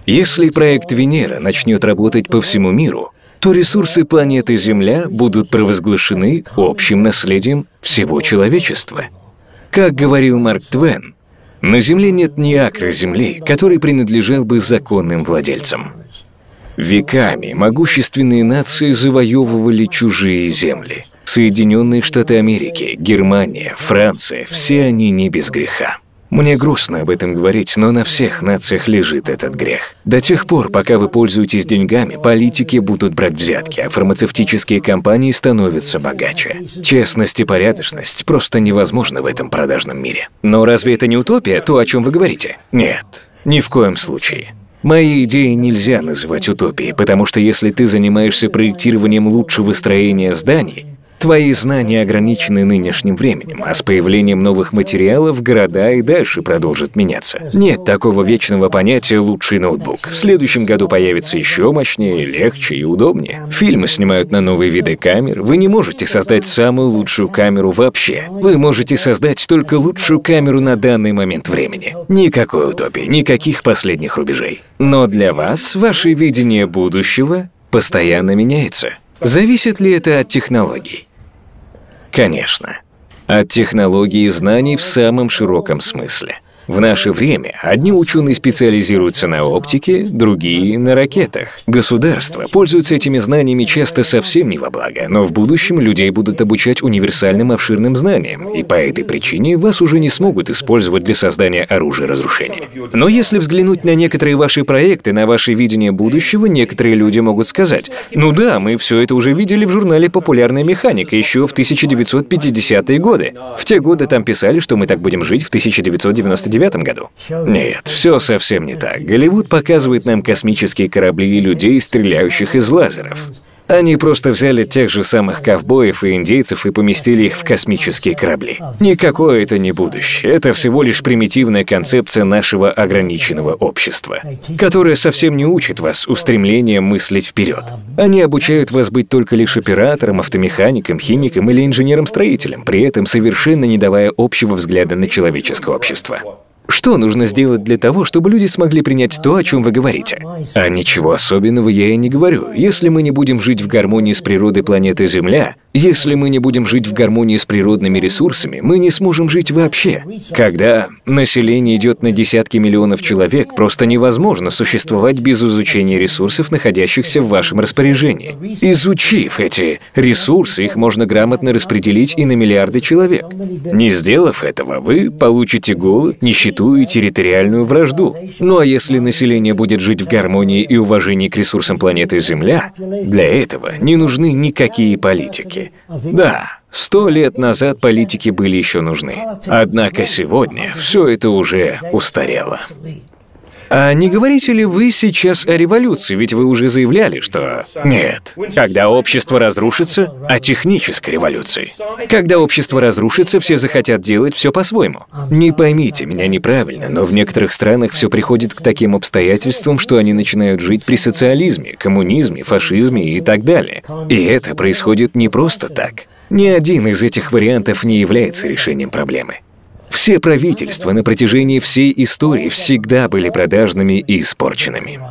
Если проект Венера начнет работать по всему миру, то ресурсы планеты Земля будут провозглашены общим наследием всего человечества. Как говорил Марк Твен, на Земле нет ни акра земли, который принадлежал бы законным владельцам. Веками могущественные нации завоевывали чужие земли. Соединенные Штаты Америки, Германия, Франция – все они не без греха. Мне грустно об этом говорить, но на всех нациях лежит этот грех. До тех пор, пока вы пользуетесь деньгами, политики будут брать взятки, а фармацевтические компании становятся богаче. Честность и порядочность просто невозможны в этом продажном мире. Но разве это не утопия, то, о чем вы говорите? Нет, ни в коем случае. Мои идеи нельзя называть утопией, потому что если ты занимаешься проектированием лучшего строения зданий, твои знания ограничены нынешним временем, а с появлением новых материалов города и дальше продолжат меняться. Нет такого вечного понятия «лучший ноутбук». В следующем году появится еще мощнее, легче и удобнее. Фильмы снимают на новые виды камер. Вы не можете создать самую лучшую камеру вообще. Вы можете создать только лучшую камеру на данный момент времени. Никакой утопии, никаких последних рубежей. Но для вас ваше видение будущего постоянно меняется. Зависит ли это от технологий? Конечно. От технологий и знаний в самом широком смысле. В наше время одни ученые специализируются на оптике, другие — на ракетах. Государства пользуются этими знаниями часто совсем не во благо, но в будущем людей будут обучать универсальным обширным знаниям, и по этой причине вас уже не смогут использовать для создания оружия разрушения. Но если взглянуть на некоторые ваши проекты, на ваше видение будущего, некоторые люди могут сказать: «Ну да, мы все это уже видели в журнале «Популярная механика» еще в 1950-е годы. В те годы там писали, что мы так будем жить в 1999 году». Нет, все совсем не так. Голливуд показывает нам космические корабли и людей, стреляющих из лазеров. Они просто взяли тех же самых ковбоев и индейцев и поместили их в космические корабли. Никакое это не будущее. Это всего лишь примитивная концепция нашего ограниченного общества, которая совсем не учит вас устремлением мыслить вперед. Они обучают вас быть только лишь оператором, автомехаником, химиком или инженером-строителем, при этом совершенно не давая общего взгляда на человеческое общество. Что нужно сделать для того, чтобы люди смогли принять то, о чем вы говорите? А ничего особенного я и не говорю. Если мы не будем жить в гармонии с природой планеты Земля, если мы не будем жить в гармонии с природными ресурсами, мы не сможем жить вообще. Когда население идет на десятки миллионов человек, просто невозможно существовать без изучения ресурсов, находящихся в вашем распоряжении. Изучив эти ресурсы, их можно грамотно распределить и на миллиарды человек. Не сделав этого, вы получите голод, нищету и территориальную вражду. Ну а если население будет жить в гармонии и уважении к ресурсам планеты Земля, для этого не нужны никакие политики. Да, 100 лет назад политики были еще нужны. Однако сегодня все это уже устарело. А не говорите ли вы сейчас о революции? Ведь вы уже заявляли, что... Нет. Когда общество разрушится, о технической революции. Когда общество разрушится, все захотят делать все по-своему. Не поймите меня неправильно, но в некоторых странах все приходит к таким обстоятельствам, что они начинают жить при социализме, коммунизме, фашизме и так далее. И это происходит не просто так. Ни один из этих вариантов не является решением проблемы. Все правительства на протяжении всей истории всегда были продажными и испорченными.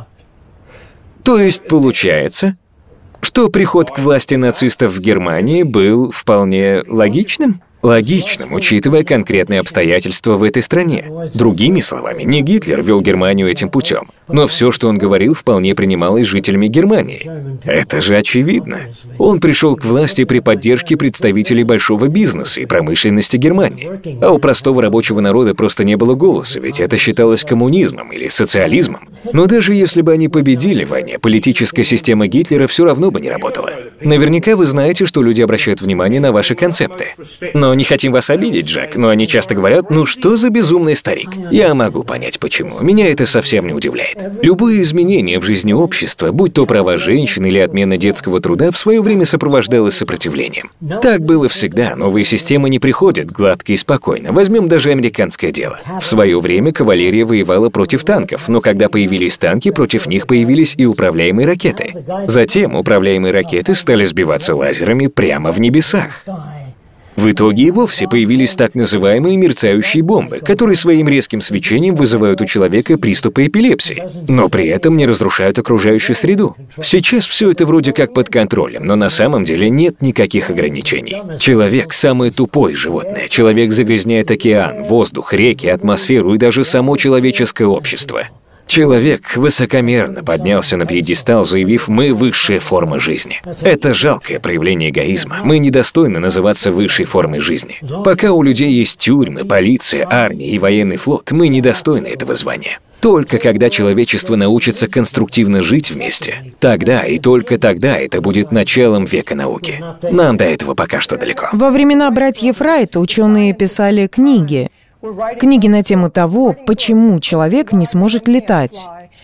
То есть получается, что приход к власти нацистов в Германии был вполне логичным? Логичным, учитывая конкретные обстоятельства в этой стране. Другими словами, не Гитлер вел Германию этим путем, но все, что он говорил, вполне принималось жителями Германии. Это же очевидно. Он пришел к власти при поддержке представителей большого бизнеса и промышленности Германии. А у простого рабочего народа просто не было голоса, ведь это считалось коммунизмом или социализмом. Но даже если бы они победили в войне, политическая система Гитлера все равно бы не работала. Наверняка вы знаете, что люди обращают внимание на ваши концепты. Но не хотим вас обидеть, Джек, но они часто говорят: «Ну что за безумный старик?» Я могу понять, почему. Меня это совсем не удивляет. Любое изменение в жизни общества, будь то права женщин или отмена детского труда, в свое время сопровождалось сопротивлением. Так было всегда. Новые системы не приходят гладко и спокойно. Возьмем даже американское дело. В свое время кавалерия воевала против танков, но когда появились танки, против них появились и управляемые ракеты. Затем управляемые ракеты стали сбиваться лазерами прямо в небесах. В итоге и вовсе появились так называемые мерцающие бомбы, которые своим резким свечением вызывают у человека приступы эпилепсии, но при этом не разрушают окружающую среду. Сейчас все это вроде как под контролем, но на самом деле нет никаких ограничений. Человек – самое тупое животное. Человек загрязняет океан, воздух, реки, атмосферу и даже само человеческое общество. Человек высокомерно поднялся на пьедестал, заявив: «Мы высшая форма жизни». Это жалкое проявление эгоизма. Мы недостойны называться высшей формой жизни. Пока у людей есть тюрьмы, полиция, армия и военный флот, мы недостойны этого звания. Только когда человечество научится конструктивно жить вместе, тогда и только тогда это будет началом века науки. Нам до этого пока что далеко. Во времена братьев Райта ученые писали книги. Книги на тему того, почему человек не сможет летать.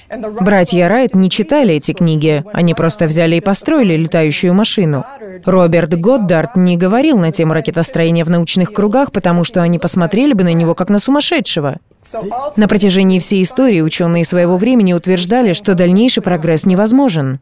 Братья Райт не читали эти книги, они просто взяли и построили летающую машину. Роберт Годдард не говорил на тему ракетостроения в научных кругах, потому что они посмотрели бы на него как на сумасшедшего. На протяжении всей истории ученые своего времени утверждали, что дальнейший прогресс невозможен.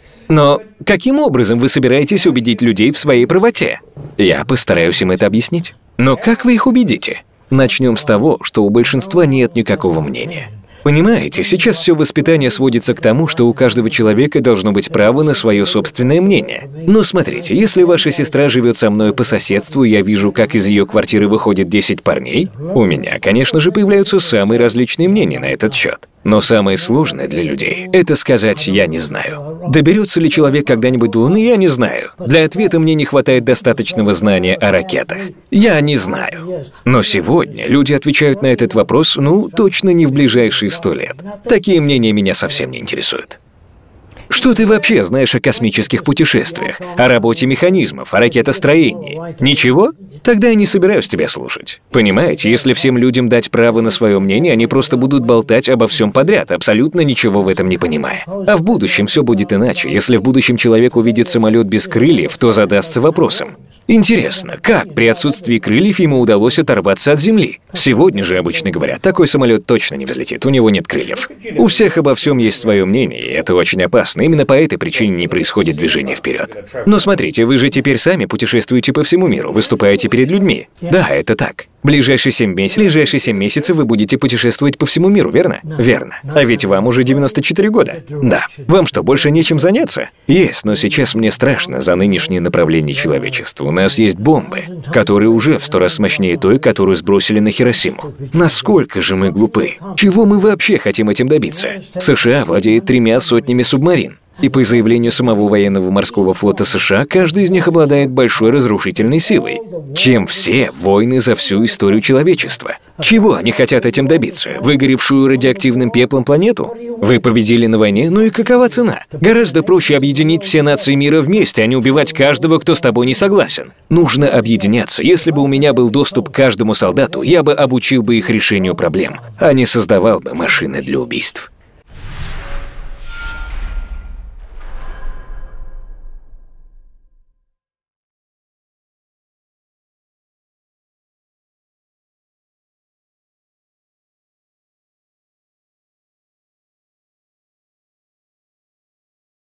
Но каким образом вы собираетесь убедить людей в своей правоте? Я постараюсь им это объяснить. Но как вы их убедите? Начнем с того, что у большинства нет никакого мнения. Понимаете, сейчас все воспитание сводится к тому, что у каждого человека должно быть право на свое собственное мнение. Но смотрите, если ваша сестра живет со мной по соседству, я вижу, как из ее квартиры выходит 10 парней, у меня, конечно же, появляются самые различные мнения на этот счет. Но самое сложное для людей – это сказать «я не знаю». Доберется ли человек когда-нибудь до Луны, я не знаю. Для ответа мне не хватает достаточного знания о ракетах. Я не знаю. Но сегодня люди отвечают на этот вопрос, точно не в ближайшие 100 лет. Такие мнения меня совсем не интересуют. Что ты вообще знаешь о космических путешествиях, о работе механизмов, о ракетостроении? Ничего? Тогда я не собираюсь тебя слушать. Понимаете, если всем людям дать право на свое мнение, они просто будут болтать обо всем подряд, абсолютно ничего в этом не понимая. А в будущем все будет иначе. Если в будущем человек увидит самолет без крыльев, то задастся вопросом: интересно, как при отсутствии крыльев ему удалось оторваться от Земли? Сегодня же обычно говорят: такой самолет точно не взлетит, у него нет крыльев. У всех обо всем есть свое мнение, и это очень опасно. Именно по этой причине не происходит движение вперед. Но смотрите, вы же теперь сами путешествуете по всему миру, выступаете перед людьми. Да, это так. Ближайшие 7 месяцев вы будете путешествовать по всему миру, верно? Верно. А ведь вам уже 94 года. Да. Вам что, больше нечем заняться? Есть, но сейчас мне страшно за нынешнее направление человечества. У нас есть бомбы, которые уже в 100 раз мощнее той, которую сбросили на Хиросиму. Насколько же мы глупы? Чего мы вообще хотим этим добиться? США владеет 3 сотнями субмарин. И по заявлению самого военного морского флота США, каждый из них обладает большой разрушительной силой, чем все войны за всю историю человечества. Чего они хотят этим добиться? Выгоревшую радиоактивным пеплом планету? Вы победили на войне, ну и какова цена? Гораздо проще объединить все нации мира вместе, а не убивать каждого, кто с тобой не согласен. Нужно объединяться. Если бы у меня был доступ к каждому солдату, я бы обучил бы их решению проблем, а не создавал бы машины для убийств.